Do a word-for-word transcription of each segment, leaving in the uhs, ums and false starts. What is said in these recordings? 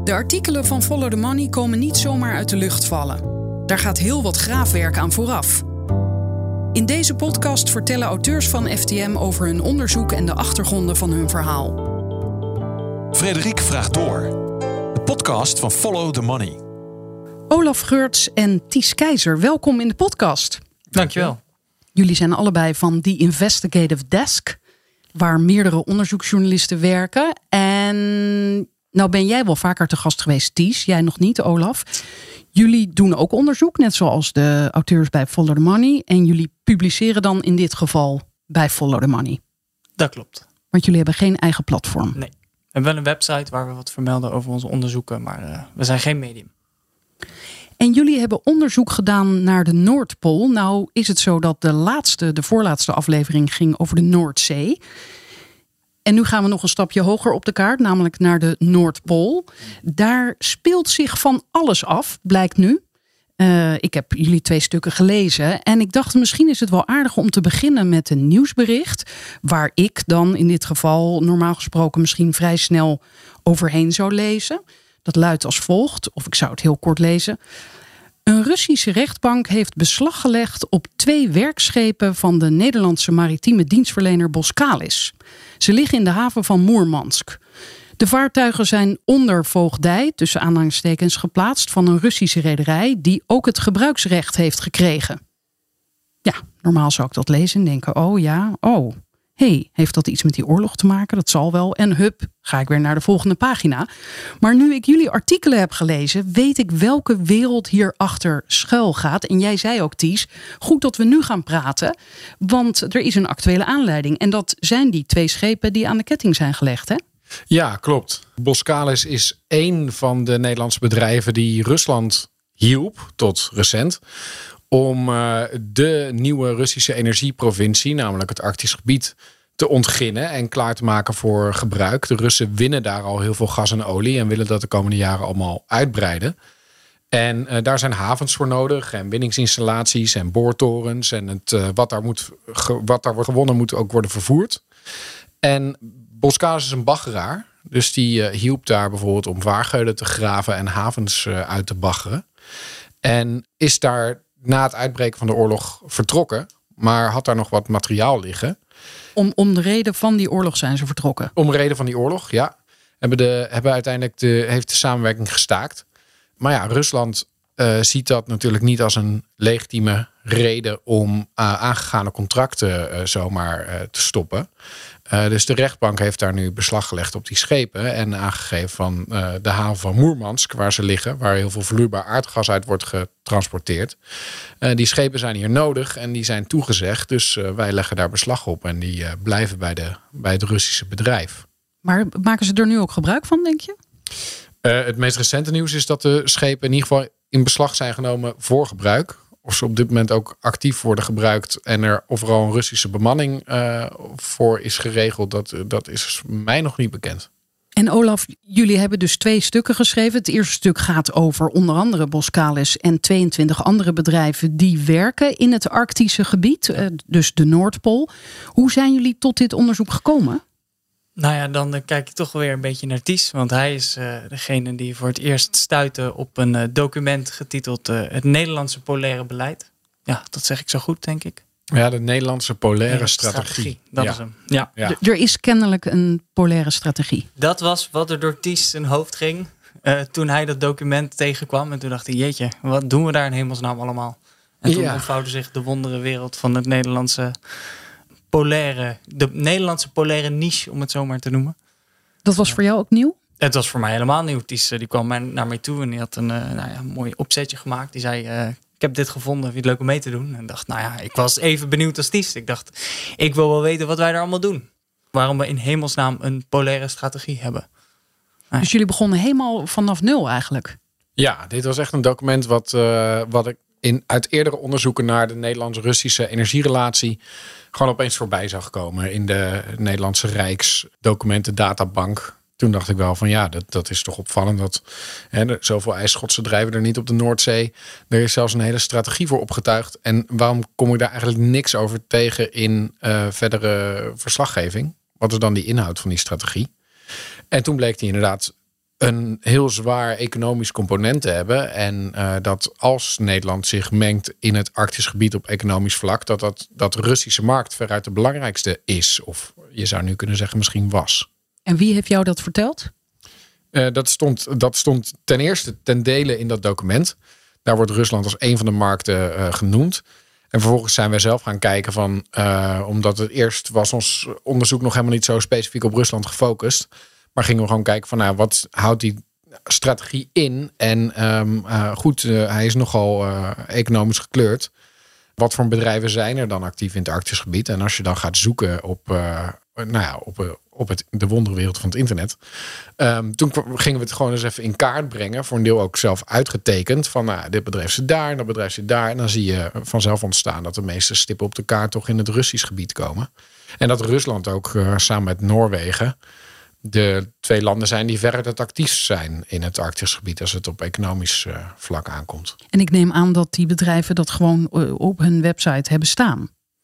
De artikelen van Follow the Money komen niet zomaar uit de lucht vallen. Daar gaat heel wat graafwerk aan vooraf. In deze podcast vertellen auteurs van F T M over hun onderzoek en de achtergronden van hun verhaal. Frederik vraagt door. De podcast van Follow the Money. Olaf Geurts en Ties Keizer, welkom in de podcast. Dankjewel. Jullie zijn allebei van The Investigative Desk, waar meerdere onderzoeksjournalisten werken. En nou ben jij wel vaker te gast geweest, Ties. Jij nog niet, Olaf. Jullie doen ook onderzoek, net zoals de auteurs bij Follow the Money. En jullie publiceren dan in dit geval bij Follow the Money. Dat klopt. Want jullie hebben geen eigen platform. Nee. We hebben wel een website waar we wat vermelden over onze onderzoeken, maar uh, we zijn geen medium. En jullie hebben onderzoek gedaan naar de Noordpool. Nou is het zo dat de laatste, de voorlaatste aflevering ging over de Noordzee. En nu gaan we nog een stapje hoger op de kaart, namelijk naar de Noordpool. Daar speelt zich van alles af, blijkt nu. Uh, ik heb jullie twee stukken gelezen. En ik dacht, misschien is het wel aardig om te beginnen met een nieuwsbericht. Waar ik dan in dit geval normaal gesproken misschien vrij snel overheen zou lezen. Dat luidt als volgt, of ik zou het heel kort lezen. Een Russische rechtbank heeft beslag gelegd op twee werkschepen van de Nederlandse maritieme dienstverlener Boskalis. Ze liggen in de haven van Moermansk. De vaartuigen zijn onder voogdij, tussen aanhalingstekens, geplaatst van een Russische rederij die ook het gebruiksrecht heeft gekregen. Ja, normaal zou ik dat lezen en denken, oh ja, oh. Hey, heeft dat iets met die oorlog te maken? Dat zal wel. En hup, ga ik weer naar de volgende pagina. Maar nu ik jullie artikelen heb gelezen, weet ik welke wereld hierachter schuil gaat. En jij zei ook, Ties, goed dat we nu gaan praten. Want er is een actuele aanleiding. En dat zijn die twee schepen die aan de ketting zijn gelegd, hè? Ja, klopt. Boskalis is één van de Nederlandse bedrijven die Rusland hielp, tot recent, om uh, de nieuwe Russische energieprovincie, namelijk het Arktisch gebied, te ontginnen en klaar te maken voor gebruik. De Russen winnen daar al heel veel gas en olie en willen dat de komende jaren allemaal uitbreiden. En uh, daar zijn havens voor nodig en winningsinstallaties en boortorens. En het, uh, wat, daar moet, ge, wat daar wordt gewonnen moet ook worden vervoerd. En Boskalis is een baggeraar. Dus die uh, hielp daar bijvoorbeeld om vaargeulen te graven en havens uh, uit te baggeren. En is daar na het uitbreken van de oorlog vertrokken, maar had daar nog wat materiaal liggen. Om, om de reden van die oorlog zijn ze vertrokken? Om de reden van die oorlog, ja. Hebben, de, hebben uiteindelijk de, heeft de samenwerking gestaakt. Maar ja, Rusland uh, ziet dat natuurlijk niet als een legitieme reden om uh, aangegane contracten uh, zomaar uh, te stoppen. Uh, dus de rechtbank heeft daar nu beslag gelegd op die schepen en aangegeven van uh, de haven van Moermansk, waar ze liggen, waar heel veel vloeibaar aardgas uit wordt getransporteerd. Uh, die schepen zijn hier nodig en die zijn toegezegd, dus uh, wij leggen daar beslag op en die uh, blijven bij, de, bij het Russische bedrijf. Maar maken ze er nu ook gebruik van, denk je? Uh, het meest recente nieuws is dat de schepen in ieder geval in beslag zijn genomen voor gebruik. Of ze op dit moment ook actief worden gebruikt en er overal een Russische bemanning uh, voor is geregeld, dat, dat is mij nog niet bekend. En Olaf, jullie hebben dus twee stukken geschreven. Het eerste stuk gaat over onder andere Boskalis en tweeëntwintig andere bedrijven die werken in het Arktische gebied, uh, dus de Noordpool. Hoe zijn jullie tot dit onderzoek gekomen? Nou ja, dan kijk je toch weer een beetje naar Ties. Want hij is uh, degene die voor het eerst stuitte op een uh, document getiteld uh, Het Nederlandse Polaire Beleid. Ja, dat zeg ik zo goed, denk ik. Ja, de Nederlandse polaire ja, strategie. strategie. Dat ja. is hem. Ja. Ja. Er is kennelijk een polaire strategie. Dat was wat er door Ties zijn hoofd ging uh, toen hij dat document tegenkwam. En toen dacht hij, jeetje, wat doen we daar in hemelsnaam allemaal? En toen ja. ontvouwde zich de wonderenwereld van het Nederlandse polaire, de Nederlandse polaire niche, om het zo maar te noemen. Dat was voor jou ook nieuw? Het was voor mij helemaal nieuw. Ties die kwam mij, naar mij toe en die had een uh, nou ja, mooi opzetje gemaakt. Die zei, uh, ik heb dit gevonden, vind je het leuk om mee te doen? En dacht, nou ja, ik was even benieuwd als Ties. Ik dacht, ik wil wel weten wat wij daar allemaal doen. Waarom we in hemelsnaam een polaire strategie hebben. Nou, dus jullie begonnen helemaal vanaf nul eigenlijk? Ja, dit was echt een document wat, uh, wat ik in, uit eerdere onderzoeken naar de Nederlands-Russische energierelatie gewoon opeens voorbij zag komen in de Nederlandse Rijksdocumentendatabank. Toen dacht ik wel van ja, dat, dat is toch opvallend dat hè, er zoveel ijsschotse drijven er niet op de Noordzee. Er is zelfs een hele strategie voor opgetuigd. En waarom kom ik daar eigenlijk niks over tegen in uh, verdere verslaggeving? Wat is dan die inhoud van die strategie? En toen bleek die inderdaad een heel zwaar economisch component te hebben. En uh, dat als Nederland zich mengt in het Arktisch gebied op economisch vlak, dat, dat, dat de Russische markt veruit de belangrijkste is. Of je zou nu kunnen zeggen misschien was. En wie heeft jou dat verteld? Uh, dat, stond, dat stond ten eerste ten dele in dat document. Daar wordt Rusland als een van de markten uh, genoemd. En vervolgens zijn wij zelf gaan kijken van, uh, omdat het eerst was ons onderzoek nog helemaal niet zo specifiek op Rusland gefocust. Maar gingen we gewoon kijken van, nou, wat houdt die strategie in? En um, uh, goed, uh, hij is nogal uh, economisch gekleurd. Wat voor bedrijven zijn er dan actief in het Arktisch gebied? En als je dan gaat zoeken op, uh, nou ja, op, uh, op het, de wonderwereld van het internet. Um, toen gingen we het gewoon eens even in kaart brengen. Voor een deel ook zelf uitgetekend. Van nou, dit bedrijf zit daar, dat bedrijf zit daar. En dan zie je vanzelf ontstaan dat de meeste stippen op de kaart toch in het Russisch gebied komen. En dat Rusland ook uh, samen met Noorwegen de twee landen zijn die verder het actiefst zijn in het Arktisch gebied als het op economisch uh, vlak aankomt. En ik neem aan dat die bedrijven dat gewoon uh, op hun website hebben staan.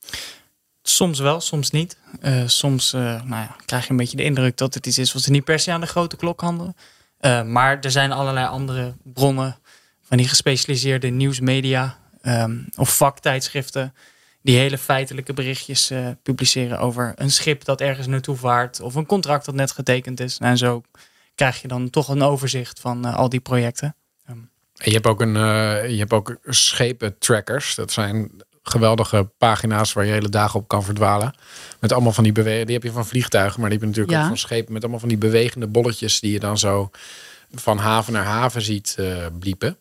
Soms wel, soms niet. Uh, soms uh, nou ja, krijg je een beetje de indruk dat het iets is wat ze niet per se aan de grote klok handelen. Uh, maar er zijn allerlei andere bronnen van die gespecialiseerde nieuwsmedia um, of vaktijdschriften die hele feitelijke berichtjes uh, publiceren over een schip dat ergens naartoe vaart of een contract dat net getekend is. En zo krijg je dan toch een overzicht van uh, al die projecten. Um. En je hebt ook een, uh, je hebt ook schepentrackers. Dat zijn geweldige pagina's waar je hele dagen op kan verdwalen. Met allemaal van die bewegingen. Die heb je van vliegtuigen, maar die heb je natuurlijk ja. ook van schepen. Met allemaal van die bewegende bolletjes die je dan zo van haven naar haven ziet uh, bliepen.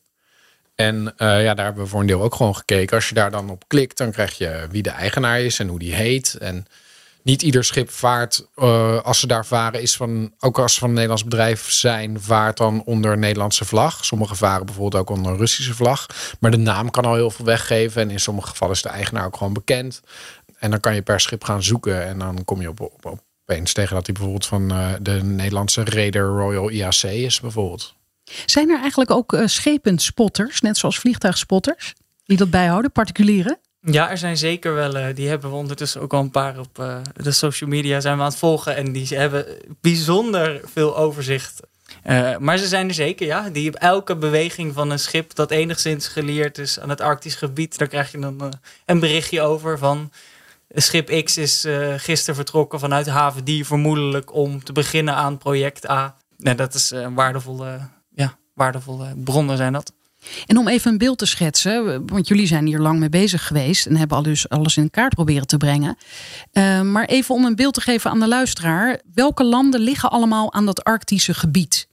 En uh, ja, daar hebben we voor een deel ook gewoon gekeken. Als je daar dan op klikt, dan krijg je wie de eigenaar is en hoe die heet. En niet ieder schip vaart, uh, als ze daar varen, is van, ook als ze van een Nederlands bedrijf zijn, vaart dan onder Nederlandse vlag. Sommige varen bijvoorbeeld ook onder een Russische vlag. Maar de naam kan al heel veel weggeven. En in sommige gevallen is de eigenaar ook gewoon bekend. En dan kan je per schip gaan zoeken. En dan kom je op, op, op opeens tegen dat hij bijvoorbeeld van uh, de Nederlandse Raider Royal I A C is bijvoorbeeld. Zijn er eigenlijk ook uh, schepenspotters, net zoals vliegtuigspotters, die dat bijhouden, particulieren? Ja, er zijn zeker wel. Uh, die hebben we ondertussen ook al een paar op uh, de social media zijn we aan het volgen. En die hebben bijzonder veel overzicht. Uh, maar ze zijn er zeker, ja. Die op elke beweging van een schip dat enigszins gelieerd is aan het Arktisch gebied. Daar krijg je dan uh, een berichtje over van schip X is uh, gisteren vertrokken vanuit haven die vermoedelijk om te beginnen aan project A. Nou, dat is een waardevolle, ja, waardevolle bronnen zijn dat. En om even een beeld te schetsen, want jullie zijn hier lang mee bezig geweest en hebben al dus alles in kaart proberen te brengen. Uh, maar even om een beeld te geven aan de luisteraar. Welke landen liggen allemaal aan dat Arktische gebied?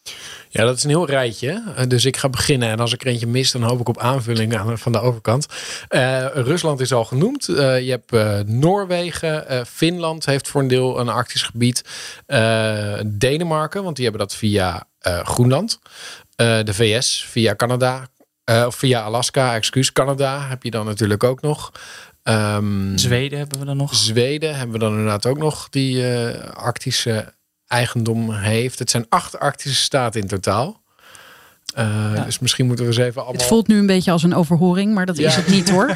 Ja, dat is een heel rijtje. Dus ik ga beginnen. En als ik er eentje mis, dan hoop ik op aanvulling aan, van de overkant. Uh, Rusland is al genoemd. Uh, je hebt uh, Noorwegen. Uh, Finland heeft voor een deel een Arktisch gebied. Uh, Denemarken, want die hebben dat via uh, Groenland. Uh, de V S via Canada. Uh, of via Alaska, excuus. Canada heb je dan natuurlijk ook nog. Um, Zweden hebben we dan nog. Zweden hebben we dan inderdaad ook nog. Die uh, Arktische eigendom heeft. Het zijn acht Arktische staten in totaal. Uh, ja. Dus misschien moeten we ze even allemaal... Het voelt nu een beetje als een overhoring, maar dat ja. is het niet hoor.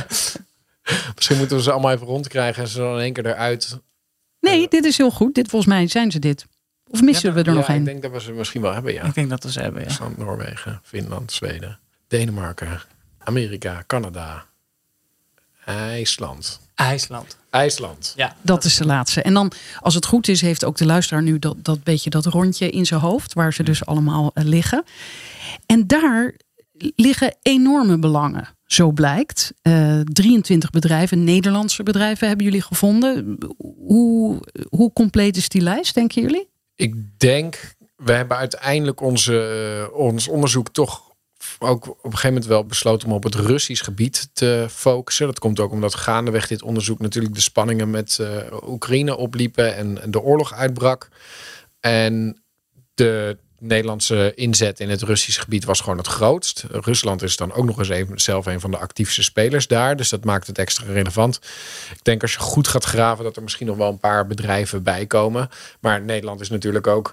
Misschien moeten we ze allemaal even rondkrijgen en ze dan in één keer eruit. Nee, dit is heel goed. Dit volgens mij zijn ze dit. Of missen ja, we er ja, nog een? Ik denk dat we ze misschien wel hebben, ja. Ik denk dat we ze hebben, ja. Rusland, Noorwegen, Finland, Zweden, Denemarken, Amerika, Canada, IJsland. IJsland. IJsland. Ja, dat is de laatste. En dan, als het goed is, heeft ook de luisteraar nu dat, dat beetje dat rondje in zijn hoofd, waar ze dus allemaal uh, liggen. En daar liggen enorme belangen, zo blijkt. Uh, drieëntwintig bedrijven, Nederlandse bedrijven, hebben jullie gevonden. Hoe, hoe compleet is die lijst, denken jullie? Ik denk, we hebben uiteindelijk onze, uh, ons onderzoek toch ook op een gegeven moment wel besloten om op het Russisch gebied te focussen. Dat komt ook omdat gaandeweg dit onderzoek natuurlijk de spanningen met uh, Oekraïne opliepen en, en de oorlog uitbrak. En de Nederlandse inzet in het Russisch gebied was gewoon het grootst. Rusland is dan ook nog eens even, zelf een van de actiefste spelers daar. Dus dat maakt het extra relevant. Ik denk als je goed gaat graven dat er misschien nog wel een paar bedrijven bij komen. Maar Nederland is natuurlijk ook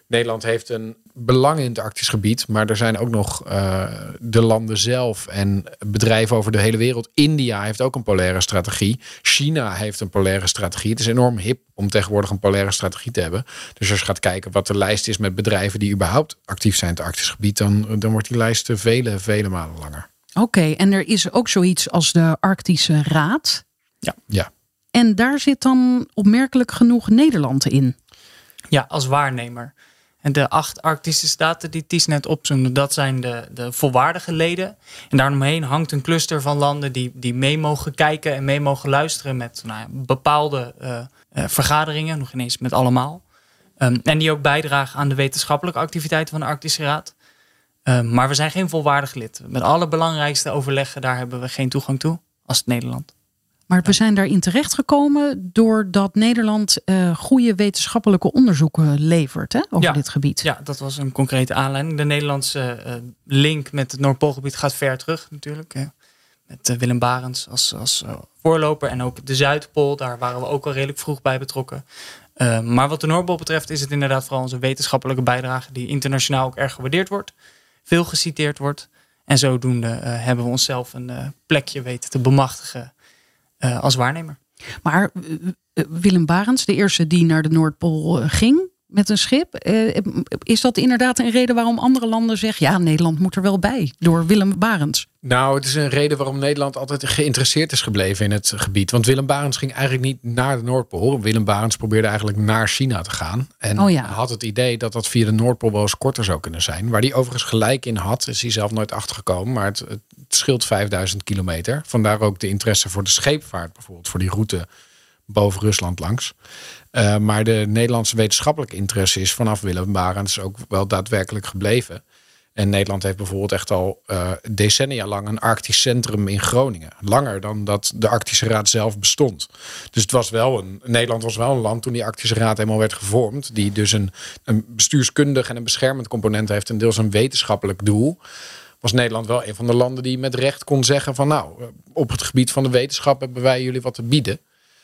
Nederland heeft een belang in het Arktisch gebied. Maar er zijn ook nog uh, de landen zelf en bedrijven over de hele wereld. India heeft ook een polaire strategie. China heeft een polaire strategie. Het is enorm hip om tegenwoordig een polaire strategie te hebben. Dus als je gaat kijken wat de lijst is met bedrijven die überhaupt actief zijn in het Arktisch gebied, dan, dan wordt die lijst vele, vele malen langer. Oké, okay, en er is ook zoiets als de Arctische Raad. Ja. ja. En daar zit dan opmerkelijk genoeg Nederland in. Ja, als waarnemer. En de acht Arctische staten die Ties net opzoomde, dat zijn de, de volwaardige leden. En daaromheen hangt een cluster van landen die, die mee mogen kijken en mee mogen luisteren met nou ja, bepaalde uh, uh, vergaderingen, nog ineens met allemaal. Um, en die ook bijdragen aan de wetenschappelijke activiteiten van de Arctische Raad. Um, maar we zijn geen volwaardig lid. Met alle belangrijkste overleggen, daar hebben we geen toegang toe als het Nederland. Maar we zijn daarin terechtgekomen doordat Nederland uh, goede wetenschappelijke onderzoeken levert hè, over ja, dit gebied. Ja, dat was een concrete aanleiding. De Nederlandse uh, link met het Noordpoolgebied gaat ver terug natuurlijk. Hè. Met uh, Willem Barents als, als uh, voorloper. En ook de Zuidpool, daar waren we ook al redelijk vroeg bij betrokken. Uh, maar wat de Noordpool betreft is het inderdaad vooral onze wetenschappelijke bijdrage die internationaal ook erg gewaardeerd wordt. Veel geciteerd wordt. En zodoende uh, hebben we onszelf een uh, plekje weten te bemachtigen uh, als waarnemer. Maar uh, Willem Barents, de eerste die naar de Noordpool uh, ging met een schip. Uh, is dat inderdaad een reden waarom andere landen zeggen, ja, Nederland moet er wel bij, door Willem Barents? Nou, het is een reden waarom Nederland altijd geïnteresseerd is gebleven in het gebied. Want Willem Barents ging eigenlijk niet naar de Noordpool. Willem Barents probeerde eigenlijk naar China te gaan. En oh ja. had het idee dat dat via de Noordpool wel eens korter zou kunnen zijn. Waar hij overigens gelijk in had, is hij zelf nooit achtergekomen. Maar het, het scheelt vijfduizend kilometer. Vandaar ook de interesse voor de scheepvaart bijvoorbeeld. Voor die route boven Rusland langs. Uh, maar de Nederlandse wetenschappelijke interesse is vanaf Willem Barents ook wel daadwerkelijk gebleven. En Nederland heeft bijvoorbeeld echt al uh, decennia lang een Arktisch centrum in Groningen. Langer dan dat de Arctische Raad zelf bestond. Dus het was wel een, Nederland was wel een land toen die Arctische Raad helemaal werd gevormd. Die dus een, een bestuurskundig en een beschermend component heeft. En deels een wetenschappelijk doel. Was Nederland wel een van de landen die met recht kon zeggen van nou, op het gebied van de wetenschap hebben wij jullie wat te bieden.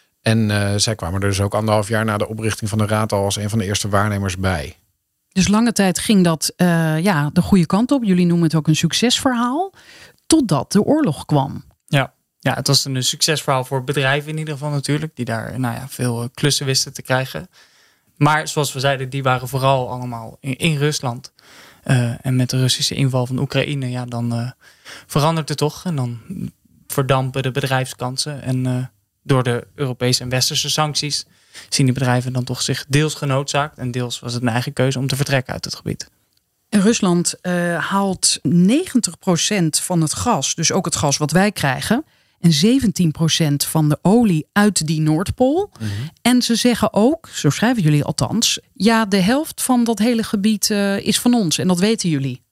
En uh, zij kwamen er dus ook anderhalf jaar na de oprichting van de Raad al als een van de eerste waarnemers bij. Dus lange tijd ging dat uh, ja, de goede kant op. Jullie noemen het ook een succesverhaal. Totdat de oorlog kwam. Ja, ja, het was een succesverhaal voor bedrijven in ieder geval natuurlijk. Die daar nou ja, veel klussen wisten te krijgen. Maar zoals we zeiden, die waren vooral allemaal in, in Rusland. Uh, en met de Russische inval van Oekraïne, ja, dan uh, verandert het toch. En dan verdampen de bedrijfskansen. En uh, door de Europese en Westerse sancties zien die bedrijven dan toch zich deels genoodzaakt. En deels was het een eigen keuze om te vertrekken uit het gebied. En Rusland uh, haalt negentig procent van het gas, dus ook het gas wat wij krijgen, en zeventien procent van de olie uit die Noordpool. Mm-hmm. En ze zeggen ook, zo schrijven jullie althans, ja, de helft van dat hele gebied uh, is van ons. En dat weten jullie.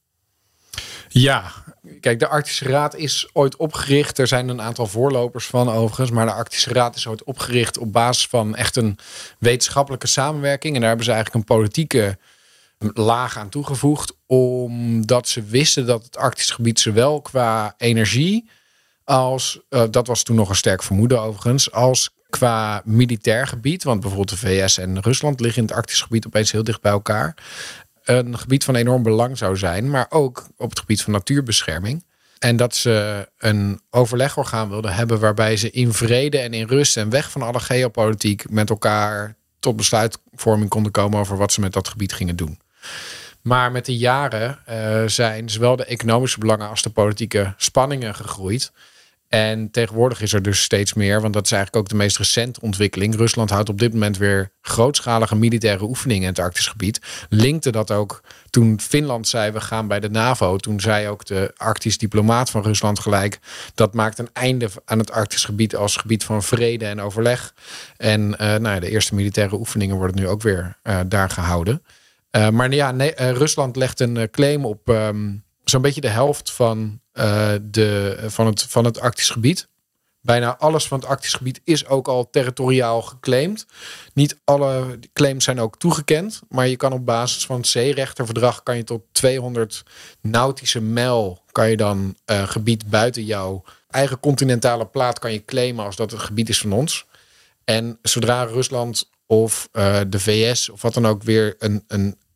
Ja, kijk, de Arctische Raad is ooit opgericht. Er zijn een aantal voorlopers van overigens. Maar de Arctische Raad is ooit opgericht op basis van echt een wetenschappelijke samenwerking. En daar hebben ze eigenlijk een politieke laag aan toegevoegd. Omdat ze wisten dat het Arktisch gebied zowel qua energie als, uh, dat was toen nog een sterk vermoeden overigens, als qua militair gebied. Want bijvoorbeeld de V S en Rusland liggen in het Arktisch gebied opeens heel dicht bij elkaar. Een gebied van enorm belang zou zijn, maar ook op het gebied van natuurbescherming. En dat ze een overlegorgaan wilden hebben waarbij ze in vrede en in rust en weg van alle geopolitiek met elkaar tot besluitvorming konden komen over wat ze met dat gebied gingen doen. Maar met de jaren uh, zijn zowel de economische belangen als de politieke spanningen gegroeid. En tegenwoordig is er dus steeds meer, want dat is eigenlijk ook de meest recente ontwikkeling. Rusland houdt op dit moment weer grootschalige militaire oefeningen in het Arktisch gebied. Linkte dat ook toen Finland zei we gaan bij de NAVO. Toen zei ook de Arktisch diplomaat van Rusland gelijk, dat maakt een einde aan het Arktisch gebied als gebied van vrede en overleg. En uh, nou ja, de eerste militaire oefeningen worden nu ook weer uh, daar gehouden. Uh, maar ja, nee, uh, Rusland legt een uh, claim op um, zo'n beetje de helft van, uh, de, van, het, van het Arktisch gebied. Bijna alles van het Arktisch gebied is ook al territoriaal geclaimd. Niet alle claims zijn ook toegekend. Maar je kan op basis van het zeerechterverdrag kan je tot tweehonderd nautische mijl kan je dan uh, gebied buiten jouw eigen continentale plaat kan je claimen als dat het gebied is van ons. En zodra Rusland of uh, de V S of wat dan ook weer een, een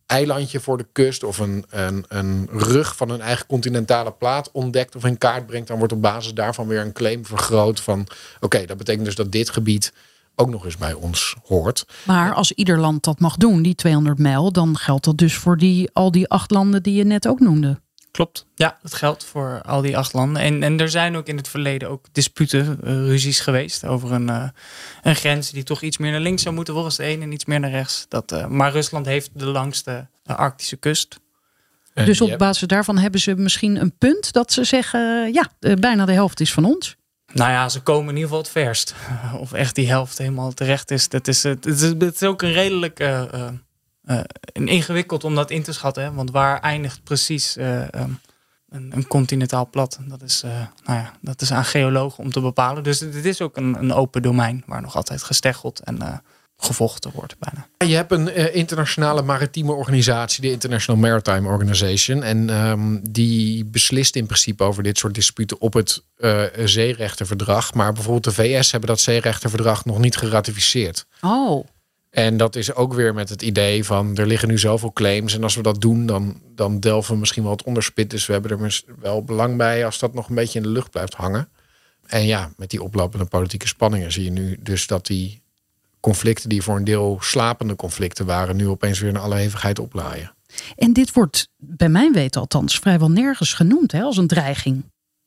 eilandje voor de kust of een, een, een rug van een eigen continentale plaat ontdekt of in kaart brengt, dan wordt op basis daarvan weer een claim vergroot van oké, okay, dat betekent dus dat dit gebied ook nog eens bij ons hoort. Maar als ieder land dat mag doen, die tweehonderd mijl, dan geldt dat dus voor die, al die acht landen die je net ook noemde. Klopt, ja, dat geldt voor al die acht landen. En, en er zijn ook in het verleden ook disputen, uh, ruzies geweest over een, uh, een grens die toch iets meer naar links zou moeten volgens de een en iets meer naar rechts. Dat, uh, maar Rusland heeft de langste uh, Arctische kust. En dus op hebt... basis daarvan hebben ze misschien een punt dat ze zeggen, uh, ja, uh, bijna de helft is van ons. Nou ja, ze komen in ieder geval het verst. Of echt die helft helemaal terecht is. Dat is, het is, het is ook een redelijk uh, uh, uh, ingewikkeld om dat in te schatten. Hè? Want waar eindigt precies uh, um, een, een continentaal plat? Dat is, uh, nou ja, dat is aan geologen om te bepalen. Dus het is ook een, een open domein waar nog altijd gesteggeld en uh, gevochten wordt bijna. Je hebt een uh, internationale maritieme organisatie, de International Maritime Organization. En um, die beslist in principe over dit soort disputen op het uh, zeerechtenverdrag. Maar bijvoorbeeld de V S hebben dat zeerechtenverdrag nog niet geratificeerd. Oh. En dat is ook weer met het idee van er liggen nu zoveel claims. En als we dat doen, dan, dan delven we misschien wel het onderspit. Dus we hebben er wel belang bij als dat nog een beetje in de lucht blijft hangen. En ja, met die oplopende politieke spanningen zie je nu dus dat die conflicten die voor een deel slapende conflicten waren, nu opeens weer in alle hevigheid oplaaien. En dit wordt bij mijn weten althans vrijwel nergens genoemd hè, als een dreiging.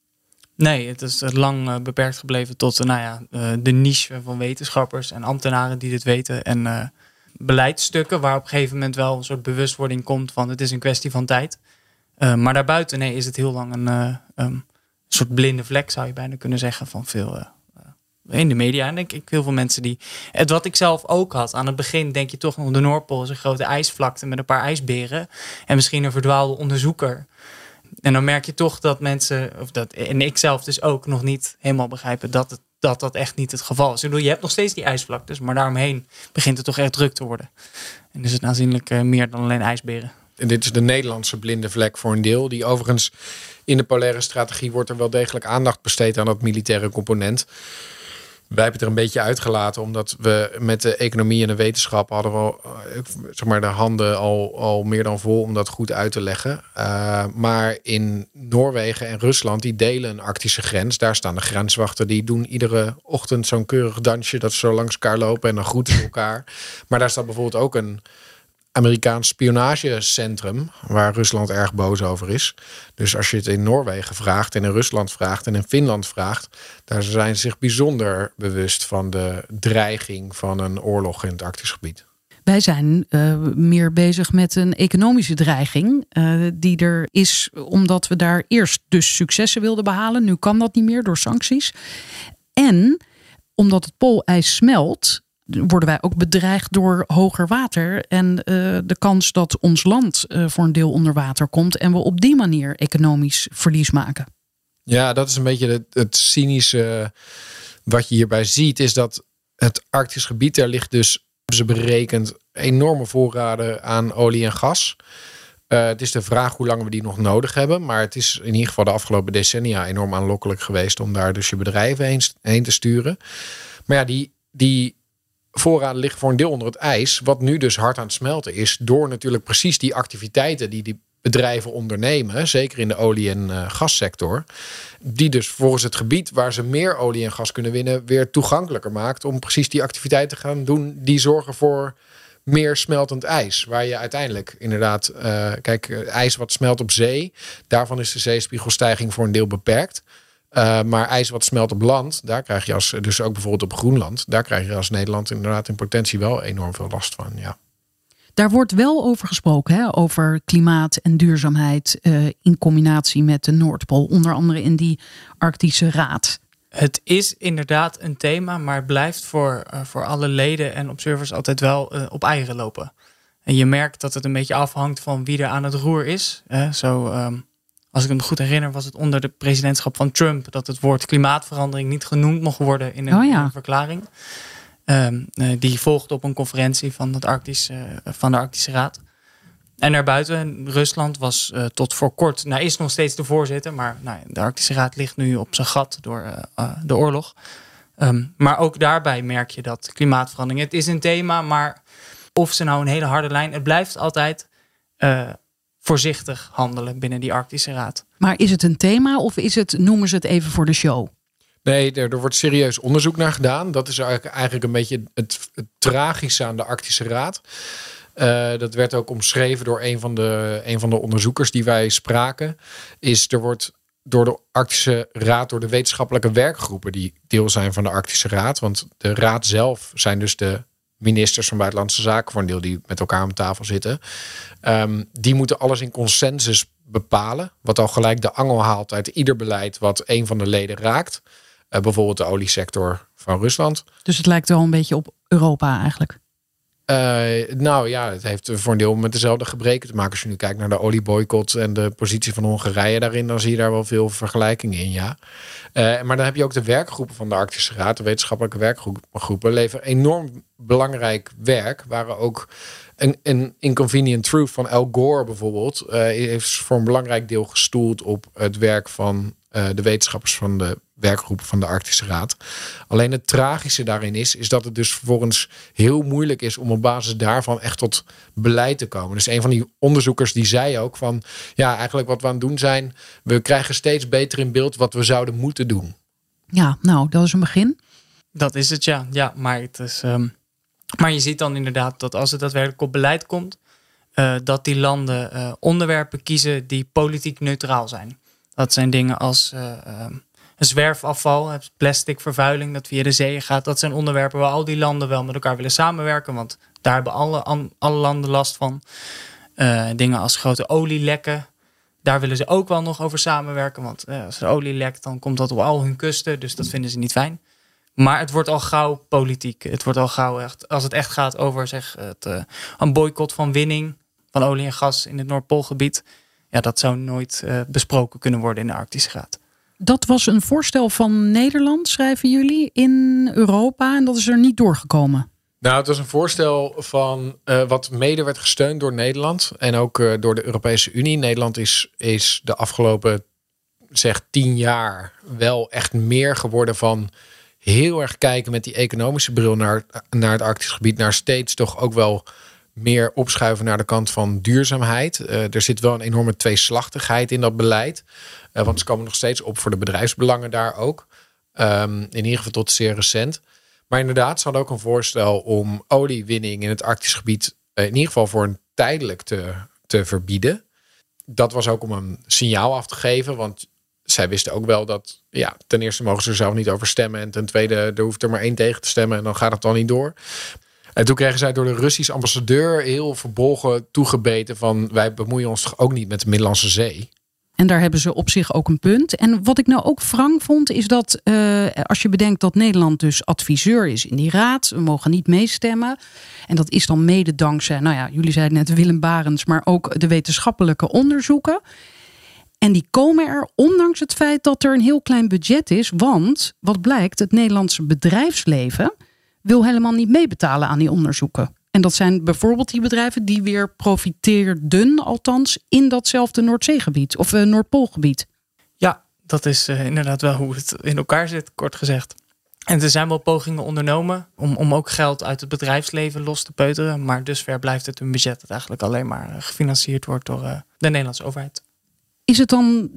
Nee, het is lang uh, beperkt gebleven tot uh, nou ja, uh, de niche van wetenschappers en ambtenaren die dit weten. En uh, beleidsstukken waar op een gegeven moment wel een soort bewustwording komt van het is een kwestie van tijd. Uh, maar daarbuiten nee, is het heel lang een uh, um, soort blinde vlek, zou je bijna kunnen zeggen, van veel uh, in de media. En denk ik heel veel mensen die... Het wat ik zelf ook had. Aan het begin denk je toch nog de Noordpool is een grote ijsvlakte met een paar ijsberen. En misschien een verdwaalde onderzoeker. En dan merk je toch dat mensen, of dat, en ik zelf dus ook, nog niet helemaal begrijpen dat het, dat, dat echt niet het geval is. Ik bedoel, je hebt nog steeds die ijsvlaktes, maar daaromheen begint het toch echt druk te worden. En is het aanzienlijk uh, meer dan alleen ijsberen. En dit is de Nederlandse blinde vlek voor een deel. Die overigens in de polaire strategie wordt er wel degelijk aandacht besteed aan dat militaire component. Wij hebben het er een beetje uitgelaten, omdat we met de economie en de wetenschap hadden we al, zeg maar, de handen al, al meer dan vol om dat goed uit te leggen. Uh, maar in Noorwegen en Rusland, die delen een Arctische grens. Daar staan de grenswachten, die doen iedere ochtend zo'n keurig dansje, dat ze zo langs elkaar lopen en dan groeten ze elkaar. Maar daar staat bijvoorbeeld ook een Amerikaans spionagecentrum, waar Rusland erg boos over is. Dus als je het in Noorwegen vraagt en in Rusland vraagt en in Finland vraagt, daar zijn ze zich bijzonder bewust van de dreiging van een oorlog in het Arktisch gebied. Wij zijn uh, meer bezig met een economische dreiging uh, die er is omdat we daar eerst dus successen wilden behalen. Nu kan dat niet meer door sancties. En omdat het poolijs smelt, worden wij ook bedreigd door hoger water en uh, de kans dat ons land uh, voor een deel onder water komt en we op die manier economisch verlies maken. Ja, dat is een beetje het, het cynische wat je hierbij ziet, is dat het Arktisch gebied, daar ligt dus, ze berekend, enorme voorraden aan olie en gas. Uh, het is de vraag hoe lang we die nog nodig hebben. Maar het is in ieder geval de afgelopen decennia enorm aanlokkelijk geweest om daar dus je bedrijven heen, heen te sturen. Maar ja, die, die voorraden liggen voor een deel onder het ijs, wat nu dus hard aan het smelten is, door natuurlijk precies die activiteiten die die bedrijven ondernemen, zeker in de olie- en uh, gassector, die dus volgens het gebied waar ze meer olie en gas kunnen winnen weer toegankelijker maakt om precies die activiteiten te gaan doen die zorgen voor meer smeltend ijs. Waar je uiteindelijk inderdaad, uh, kijk, ijs wat smelt op zee, daarvan is de zeespiegelstijging voor een deel beperkt. Uh, maar ijs wat smelt op land, daar krijg je als, dus ook bijvoorbeeld op Groenland, daar krijg je als Nederland inderdaad in potentie wel enorm veel last van, ja. Daar wordt wel over gesproken, hè? Over klimaat en duurzaamheid uh, in combinatie met de Noordpool. Onder andere in die Arctische Raad. Het is inderdaad een thema, maar het blijft voor, uh, voor alle leden en observers altijd wel uh, op eieren lopen. En je merkt dat het een beetje afhangt van wie er aan het roer is. Uh, zo, um, als ik me goed herinner, was het onder de presidentschap van Trump dat het woord klimaatverandering niet genoemd mocht worden in een, oh ja. in een verklaring. Um, uh, die volgde op een conferentie van, het Arktisch, uh, van de Arctische Raad. En daarbuiten, Rusland was uh, tot voor kort, nou is nog steeds de voorzitter, maar nou, de Arctische Raad ligt nu op zijn gat door uh, uh, de oorlog. Um, maar ook daarbij merk je dat klimaatverandering, het is een thema, maar of ze nou een hele harde lijn, het blijft altijd uh, voorzichtig handelen binnen die Arctische Raad. Maar is het een thema of is het, noemen ze het even voor de show? Nee, er, er wordt serieus onderzoek naar gedaan. Dat is eigenlijk, eigenlijk een beetje het, het tragische aan de Arctische Raad. Uh, dat werd ook omschreven door een van, de, een van de onderzoekers die wij spraken. Is er wordt door de Arctische Raad, door de wetenschappelijke werkgroepen die deel zijn van de Arctische Raad. Want de raad zelf zijn dus de ministers van Buitenlandse Zaken voor een deel die met elkaar aan tafel zitten. Um, die moeten alles in consensus bepalen. Wat al gelijk de angel haalt uit ieder beleid wat een van de leden raakt. Uh, bijvoorbeeld de oliesector van Rusland. Dus het lijkt wel een beetje op Europa eigenlijk. Uh, nou ja, het heeft voor een deel met dezelfde gebreken te maken. Als je nu kijkt naar de olieboycott en de positie van Hongarije daarin, dan zie je daar wel veel vergelijkingen in, ja. Uh, maar dan heb je ook de werkgroepen van de Arctische Raad, de wetenschappelijke werkgroepen, leveren enorm belangrijk werk. Waren ook een, een Inconvenient Truth van Al Gore bijvoorbeeld, uh, heeft voor een belangrijk deel gestoeld op het werk van uh, de wetenschappers van de werkgroepen van de Arctische Raad. Alleen het tragische daarin is, is dat het dus vervolgens heel moeilijk is om op basis daarvan echt tot beleid te komen. Dus een van die onderzoekers die zei ook van, ja, eigenlijk wat we aan het doen zijn, we krijgen steeds beter in beeld wat we zouden moeten doen. Ja, nou, dat is een begin. Dat is het, ja. Ja, maar het is, um, maar je ziet dan inderdaad dat als het daadwerkelijk op beleid komt, uh, dat die landen uh, onderwerpen kiezen die politiek neutraal zijn. Dat zijn dingen als Uh, um, zwerfafval, plastic vervuiling dat via de zeeën gaat. Dat zijn onderwerpen waar al die landen wel met elkaar willen samenwerken. Want daar hebben alle, alle landen last van. Uh, dingen als grote olielekken. Daar willen ze ook wel nog over samenwerken. Want uh, als er olie lekt, dan komt dat op al hun kusten. Dus dat vinden ze niet fijn. Maar het wordt al gauw politiek. Het wordt al gauw echt, als het echt gaat over zeg, het, uh, een boycott van winning van olie en gas in het Noordpoolgebied. Ja, dat zou nooit uh, besproken kunnen worden in de Arctische Raad. Dat was een voorstel van Nederland, schrijven jullie, in Europa. En dat is er niet doorgekomen. Nou, het was een voorstel van uh, wat mede werd gesteund door Nederland. En ook uh, door de Europese Unie. Nederland is, is de afgelopen zeg tien jaar wel echt meer geworden van heel erg kijken met die economische bril naar, naar het Arctisch gebied. Naar steeds toch ook wel meer opschuiven naar de kant van duurzaamheid. Uh, er zit wel een enorme tweeslachtigheid in dat beleid. Uh, want ze komen nog steeds op voor de bedrijfsbelangen daar ook. Um, in ieder geval tot zeer recent. Maar inderdaad, ze hadden ook een voorstel om oliewinning in het Arctisch gebied uh, in ieder geval voor een tijdelijk te, te verbieden. Dat was ook om een signaal af te geven. Want zij wisten ook wel dat, ja, ten eerste mogen ze er zelf niet over stemmen. En ten tweede, er hoeft er maar één tegen te stemmen en dan gaat het dan niet door. En toen kregen zij door de Russische ambassadeur heel verbolgen toegebeten van wij bemoeien ons toch ook niet met de Middellandse Zee. En daar hebben ze op zich ook een punt. En wat ik nou ook wrang vond, is dat uh, als je bedenkt dat Nederland dus adviseur is in die raad, we mogen niet meestemmen. En dat is dan mede dankzij, nou ja, jullie zeiden net Willem Barends, maar ook de wetenschappelijke onderzoeken. En die komen er ondanks het feit dat er een heel klein budget is. Want wat blijkt, het Nederlandse bedrijfsleven wil helemaal niet meebetalen aan die onderzoeken. En dat zijn bijvoorbeeld die bedrijven die weer profiteerden, althans, in datzelfde Noordzeegebied of uh, Noordpoolgebied. Ja, dat is uh, inderdaad wel hoe het in elkaar zit, kort gezegd. En er zijn wel pogingen ondernomen om, om ook geld uit het bedrijfsleven los te peuteren. Maar dusver blijft het een budget dat eigenlijk alleen maar gefinancierd wordt door uh, de Nederlandse overheid. Is het dan,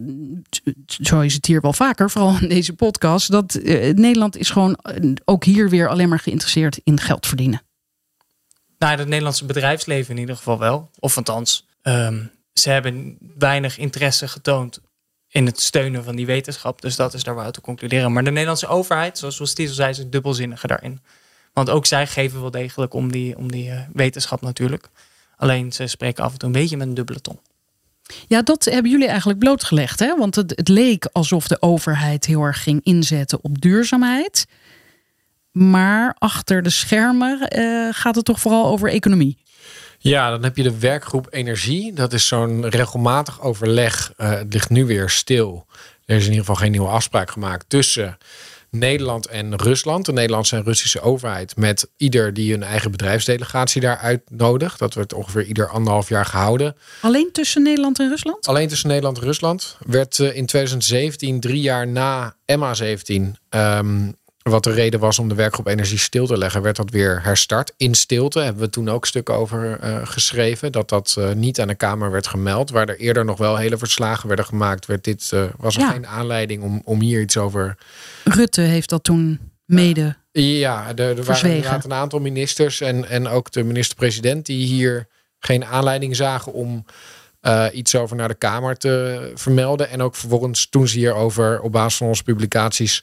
zo is het hier wel vaker, vooral in deze podcast, dat uh, Nederland is gewoon uh, ook hier weer alleen maar geïnteresseerd in geld verdienen? Nou, het Nederlandse bedrijfsleven in ieder geval wel. Of althans, um, ze hebben weinig interesse getoond in het steunen van die wetenschap. Dus dat is daar wel uit te concluderen. Maar de Nederlandse overheid, zoals Stiesel zei, is dubbelzinnige daarin. Want ook zij geven wel degelijk om die, om die uh, wetenschap natuurlijk. Alleen ze spreken af en toe een beetje met een dubbele tong. Ja, dat hebben jullie eigenlijk blootgelegd, hè? Want het, het leek alsof de overheid heel erg ging inzetten op duurzaamheid. Maar achter de schermen uh, gaat het toch vooral over economie? Ja, dan heb je de werkgroep Energie. Dat is zo'n regelmatig overleg. Uh, het ligt nu weer stil. Er is in ieder geval geen nieuwe afspraak gemaakt tussen Nederland en Rusland. De Nederlandse en Russische overheid. Met ieder die een eigen bedrijfsdelegatie daar uitnodigt. Dat wordt ongeveer ieder anderhalf jaar gehouden. Alleen tussen Nederland en Rusland? Alleen tussen Nederland en Rusland. Werd uh, in twintig zeventien, drie jaar na M H zeventien... Um, wat de reden was om de werkgroep energie stil te leggen, werd dat weer herstart. In stilte hebben we toen ook stukken over uh, geschreven. Dat dat uh, niet aan de Kamer werd gemeld. Waar er eerder nog wel hele verslagen werden gemaakt, werd dit, uh, was er ja. geen aanleiding om, om hier iets over... Rutte heeft dat toen mede uh, Ja, er, er waren inderdaad een aantal ministers en, en ook de minister-president die hier geen aanleiding zagen om uh, iets over naar de Kamer te vermelden. En ook vervolgens toen ze hierover op basis van onze publicaties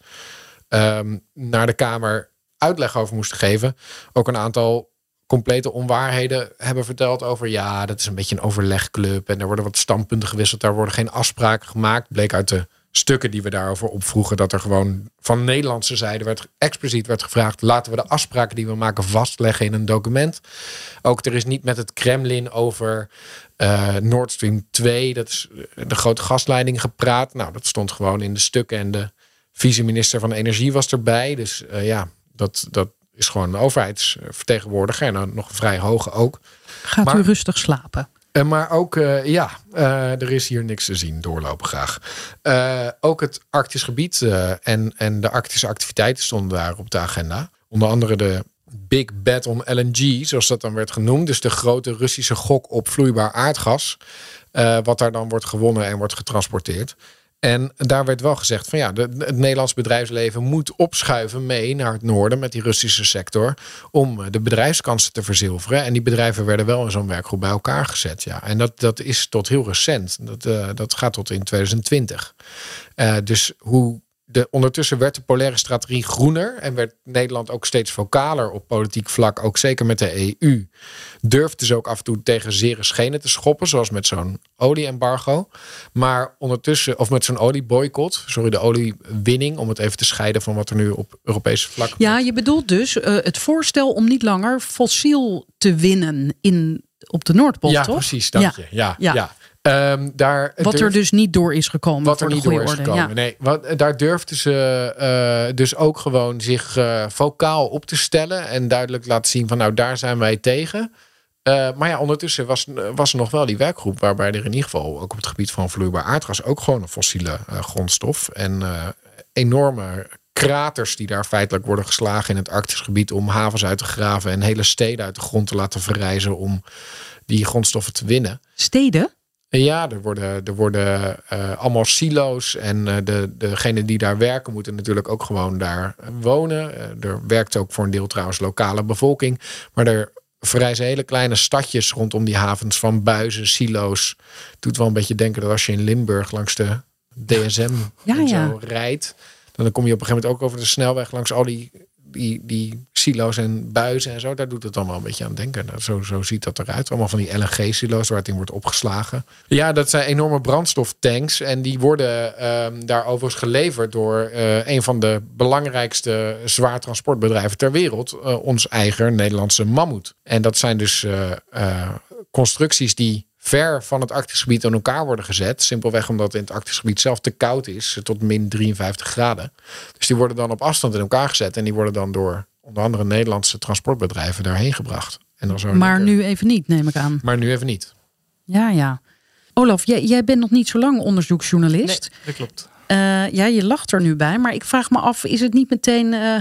Um, naar de Kamer uitleg over moesten geven. Ook een aantal complete onwaarheden hebben verteld over... ja, dat is een beetje een overlegclub en er worden wat standpunten gewisseld. Daar worden geen afspraken gemaakt. Bleek uit de stukken die we daarover opvroegen... dat er gewoon van Nederlandse zijde werd, expliciet werd gevraagd... laten we de afspraken die we maken vastleggen in een document. Ook er is niet met het Kremlin over uh, Nord Stream twee... dat is de grote gasleiding gepraat. Nou, dat stond gewoon in de stukken en de vice-minister van Energie was erbij. Dus uh, ja, dat, dat is gewoon een overheidsvertegenwoordiger. En dan nog een vrij hoge ook. Gaat maar, u rustig slapen? Uh, maar ook, uh, ja, uh, er is hier niks te zien. Doorlopen graag. Uh, ook het Arktisch gebied uh, en, en de Arktische activiteiten stonden daar op de agenda. Onder andere de Big Bet on L N G, zoals dat dan werd genoemd. Dus de grote Russische gok op vloeibaar aardgas. Uh, wat daar dan wordt gewonnen en wordt getransporteerd. En daar werd wel gezegd van ja, de, het Nederlands bedrijfsleven moet opschuiven mee naar het noorden met die Russische sector om de bedrijfskansen te verzilveren. En die bedrijven werden wel in zo'n werkgroep bij elkaar gezet. Ja. En dat, dat is tot heel recent. Dat, uh, dat gaat tot in twintig twintig. Uh, dus hoe de, ondertussen werd de polaire strategie groener en werd Nederland ook steeds vocaler op politiek vlak, ook zeker met de E U. Durfde ze ook af en toe tegen zere schenen te schoppen, zoals met zo'n olie-embargo. Maar ondertussen, of met zo'n olieboycott, sorry, de oliewinning, om het even te scheiden van wat er nu op Europese vlak. Ja, je bedoelt dus uh, het voorstel om niet langer fossiel te winnen in, op de Noordpool, ja, toch? Precies, dank je. Ja, ja. ja. Um, daar wat durf, er dus niet door is gekomen. Wat voor er niet de door is orde. gekomen. Ja. Nee, wat, daar durfden ze uh, dus ook gewoon zich uh, vocaal op te stellen. En duidelijk laten zien van nou, daar zijn wij tegen. Uh, maar ja, ondertussen was, was er nog wel die werkgroep waarbij er in ieder geval ook op het gebied van vloeibaar aardgas ook gewoon een fossiele uh, grondstof. En uh, enorme kraters die daar feitelijk worden geslagen in het Arktisch gebied om havens uit te graven en hele steden uit de grond te laten verrijzen om die grondstoffen te winnen. Steden? Ja, er worden, er worden uh, allemaal silo's. En uh, de, degenen die daar werken moeten natuurlijk ook gewoon daar wonen. Uh, er werkt ook voor een deel trouwens lokale bevolking. Maar er verrijzen hele kleine stadjes rondom die havens van buizen, silo's. Het doet wel een beetje denken dat als je in Limburg langs de D S M ja, en zo ja. rijdt, dan kom je op een gegeven moment ook over de snelweg langs al die, die, die silo's en buizen en zo. Daar doet het dan wel een beetje aan denken. Nou, zo, zo ziet dat eruit. Allemaal van die L N G-silo's waar het in wordt opgeslagen. Ja, dat zijn enorme brandstoftanks. En die worden um, daar overigens geleverd door uh, een van de belangrijkste zwaar transportbedrijven ter wereld. Uh, ons eigen Nederlandse Mammoet. En dat zijn dus uh, uh, constructies die ver van het Arktisch gebied aan elkaar worden gezet. Simpelweg omdat het in het Arktisch gebied zelf te koud is. Tot min drieënvijftig graden. Dus die worden dan op afstand in elkaar gezet. En die worden dan door onder andere Nederlandse transportbedrijven daarheen gebracht. En dan zo maar nu even niet, neem ik aan. Maar nu even niet. Ja, ja. Olaf, jij, jij bent nog niet zo lang onderzoeksjournalist. Nee, dat klopt. Uh, ja, je lacht er nu bij. Maar ik vraag me af, is het niet meteen uh,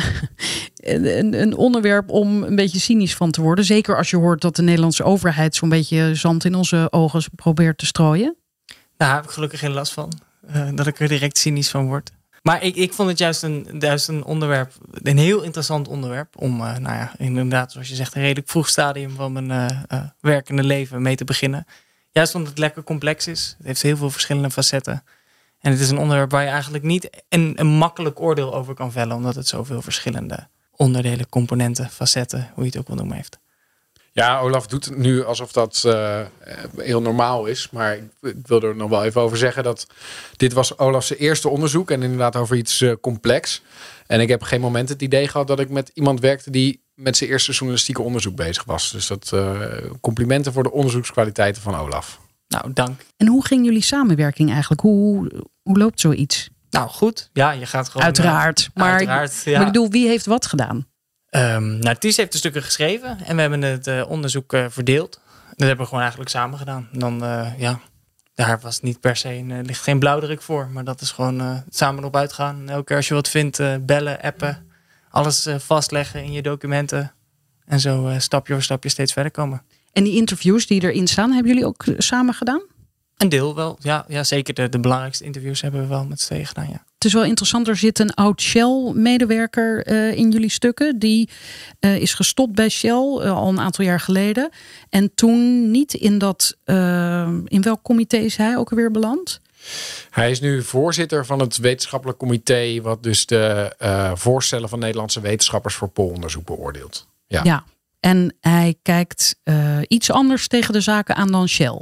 een, een onderwerp om een beetje cynisch van te worden? Zeker als je hoort dat de Nederlandse overheid zo'n beetje zand in onze ogen probeert te strooien. Nou, daar heb ik gelukkig geen last van. Uh, dat ik er direct cynisch van word. Maar ik, ik vond het juist een, juist een onderwerp, een heel interessant onderwerp. Om, uh, nou ja, inderdaad, zoals je zegt, een redelijk vroeg stadium van mijn uh, uh, werkende leven mee te beginnen. Juist omdat het lekker complex is. Het heeft heel veel verschillende facetten. En het is een onderwerp waar je eigenlijk niet een, een makkelijk oordeel over kan vellen. Omdat het zoveel verschillende onderdelen, componenten, facetten, hoe je het ook wil noemen, heeft. Ja, Olaf doet het nu alsof dat uh, heel normaal is. Maar ik, ik wil er nog wel even over zeggen dat dit was Olaf's eerste onderzoek. En inderdaad over iets uh, complex. En ik heb geen moment het idee gehad dat ik met iemand werkte die met zijn eerste journalistieke onderzoek bezig was. Dus dat uh, complimenten voor de onderzoekskwaliteiten van Olaf. Nou, dank. En hoe ging jullie samenwerking eigenlijk? Hoe, hoe loopt zoiets? Nou, goed. Ja, je gaat gewoon... Uiteraard. Uh, maar, uiteraard, ja. maar ik bedoel, wie heeft wat gedaan? Um, nou, Ties heeft de stukken geschreven en we hebben het uh, onderzoek uh, verdeeld. Dat hebben we gewoon eigenlijk samen gedaan. Dan, uh, ja, daar was niet per se een, uh, ligt geen blauwdruk voor. Maar dat is gewoon uh, samen op uitgaan. Elke keer als je wat vindt, uh, bellen, appen. alles uh, vastleggen in je documenten. En zo uh, stapje voor stapje steeds verder komen. En die interviews die erin staan, hebben jullie ook samen gedaan? Een deel wel, ja. ja zeker de, de belangrijkste interviews hebben we wel met z'n tweeën gedaan, ja. Het is wel interessant, er zit een oud Shell-medewerker uh, in jullie stukken. Die uh, is gestopt bij Shell uh, al een aantal jaar geleden. En toen niet in dat... Uh, in welk comité is hij ook alweer beland? Hij is nu voorzitter van het wetenschappelijk comité... wat dus de uh, voorstellen van Nederlandse wetenschappers voor poolonderzoek beoordeelt. Ja, ja. En hij kijkt uh, iets anders tegen de zaken aan dan Shell.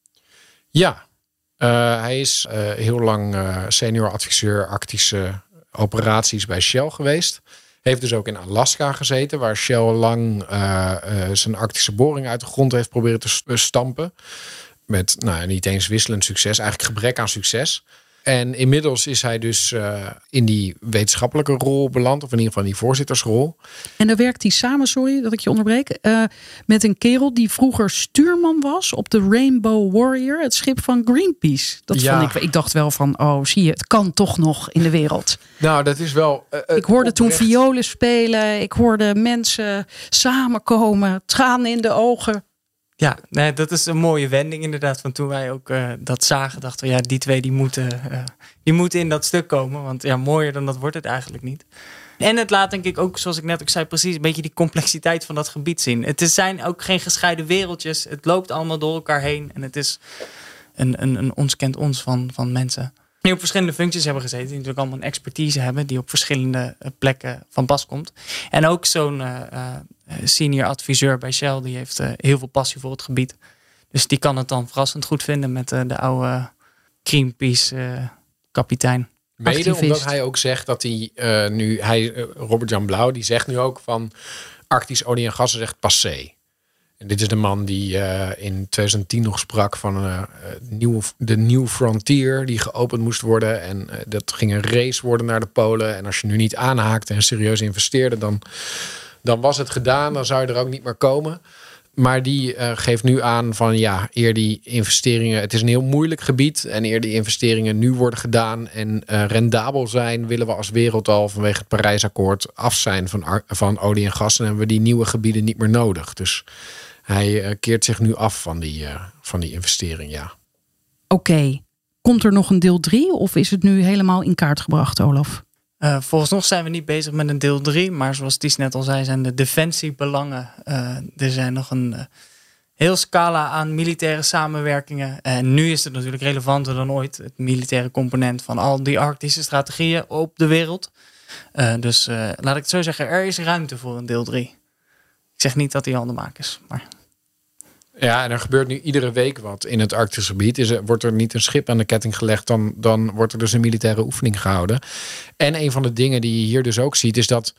Ja, uh, hij is uh, heel lang uh, senior adviseur Arctische operaties bij Shell geweest. Heeft dus ook in Alaska gezeten, waar Shell lang uh, uh, zijn Arctische boring uit de grond heeft proberen te stampen. Met nou, niet eens wisselend succes, eigenlijk gebrek aan succes. En inmiddels is hij dus uh, in die wetenschappelijke rol beland. Of in ieder geval in die voorzittersrol. En dan werkt hij samen, sorry dat ik je onderbreek. Uh, met een kerel die vroeger stuurman was op de Rainbow Warrior. Het schip van Greenpeace. Dat ja. vond ik, ik dacht wel van, oh zie je, het kan toch nog in de wereld. Nou, dat is wel... Uh, ik hoorde oprecht. toen violen spelen. Ik hoorde mensen samenkomen. Tranen in de ogen. Ja, nee, dat is een mooie wending inderdaad. Van toen wij ook uh, dat zagen, dachten we, ja, die twee die moeten, uh, die moeten in dat stuk komen. Want ja, mooier dan dat wordt het eigenlijk niet. En het laat denk ik ook, zoals ik net ook zei, precies een beetje die complexiteit van dat gebied zien. Het zijn ook geen gescheiden wereldjes. Het loopt allemaal door elkaar heen. En het is een, een, een ons kent ons van, van mensen die op verschillende functies hebben gezeten. Die natuurlijk allemaal een expertise hebben. Die op verschillende plekken van pas komt. En ook zo'n uh, uh, senior adviseur bij Shell. Die heeft uh, heel veel passie voor het gebied. Dus die kan het dan verrassend goed vinden met uh, de oude Greenpeace uh, kapitein. Mede Activist. Omdat hij ook zegt dat hij uh, nu... hij uh, Robert-Jan Blauw, die zegt nu ook van... Arctisch olie en gas is echt passé. En dit is de man die uh, in twintig tien nog sprak van uh, nieuw, de New Frontier die geopend moest worden. En uh, dat ging een race worden naar de Polen. En als je nu niet aanhaakte en serieus investeerde, dan, dan was het gedaan. Dan zou je er ook niet meer komen. Maar die uh, geeft nu aan van ja, eer die investeringen... Het is een heel moeilijk gebied. En eer die investeringen nu worden gedaan en uh, rendabel zijn... willen we als wereld al vanwege het Parijsakkoord af zijn van, van olie en gas. En hebben we die nieuwe gebieden niet meer nodig. Dus hij uh, keert zich nu af van die, uh, van die investering, ja. Oké, okay. Komt er nog een deel drie of is het nu helemaal in kaart gebracht, Olaf? Uh, volgens nog zijn we niet bezig met een deel drie. Maar zoals Ties net al zei, zijn de defensiebelangen. Uh, er zijn nog een uh, heel scala aan militaire samenwerkingen. En nu is het natuurlijk relevanter dan ooit. Het militaire component van al die Arctische strategieën op de wereld. Uh, dus uh, laat ik het zo zeggen, er is ruimte voor een deel drie. Ik zeg niet dat die al de maak is, maar... Ja, en er gebeurt nu iedere week wat in het Arktisch gebied. Is er, wordt er niet een schip aan de ketting gelegd, dan, dan wordt er dus een militaire oefening gehouden. En een van de dingen die je hier dus ook ziet, is dat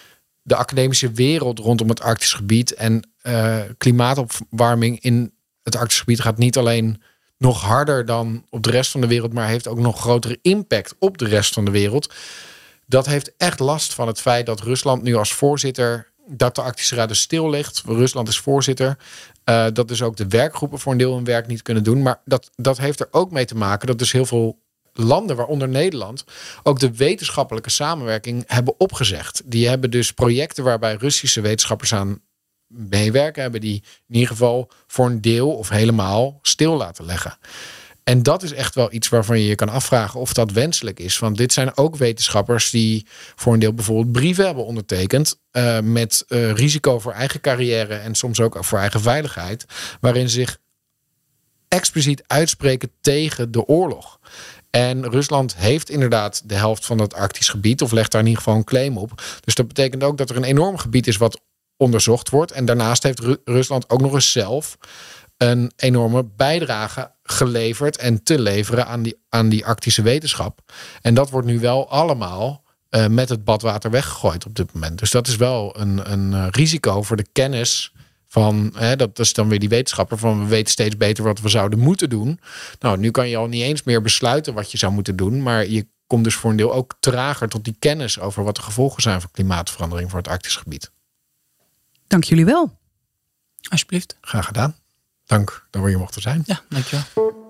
de academische wereld rondom het Arktisch gebied en uh, klimaatopwarming in het Arktisch gebied gaat niet alleen nog harder dan op de rest van de wereld, maar heeft ook nog grotere impact op de rest van de wereld. Dat heeft echt last van het feit dat Rusland nu als voorzitter, dat de Arctische Raad dus stil ligt. Rusland is voorzitter. Uh, dat dus ook de werkgroepen voor een deel hun werk niet kunnen doen. Maar dat, dat heeft er ook mee te maken dat dus heel veel landen, waaronder Nederland, ook de wetenschappelijke samenwerking hebben opgezegd. Die hebben dus projecten waarbij Russische wetenschappers aan meewerken, hebben die in ieder geval voor een deel of helemaal stil laten leggen. En dat is echt wel iets waarvan je je kan afvragen of dat wenselijk is. Want dit zijn ook wetenschappers die voor een deel bijvoorbeeld brieven hebben ondertekend. Uh, met uh, risico voor eigen carrière en soms ook voor eigen veiligheid. Waarin ze zich expliciet uitspreken tegen de oorlog. En Rusland heeft inderdaad de helft van het Arktisch gebied. Of legt daar in ieder geval een claim op. Dus dat betekent ook dat er een enorm gebied is wat onderzocht wordt. En daarnaast heeft Ru- Rusland ook nog eens zelf een enorme bijdrage geleverd en te leveren aan die, aan die Arktische wetenschap. En dat wordt nu wel allemaal uh, met het badwater weggegooid op dit moment. Dus dat is wel een, een risico voor de kennis van, hè, dat is dan weer die wetenschapper van we weten steeds beter wat we zouden moeten doen. Nou, nu kan je al niet eens meer besluiten wat je zou moeten doen, maar je komt dus voor een deel ook trager tot die kennis over wat de gevolgen zijn van klimaatverandering voor het Arktisch gebied. Dank jullie wel. Alsjeblieft. Graag gedaan. Dank dat we hier mochten zijn. Ja, dankjewel.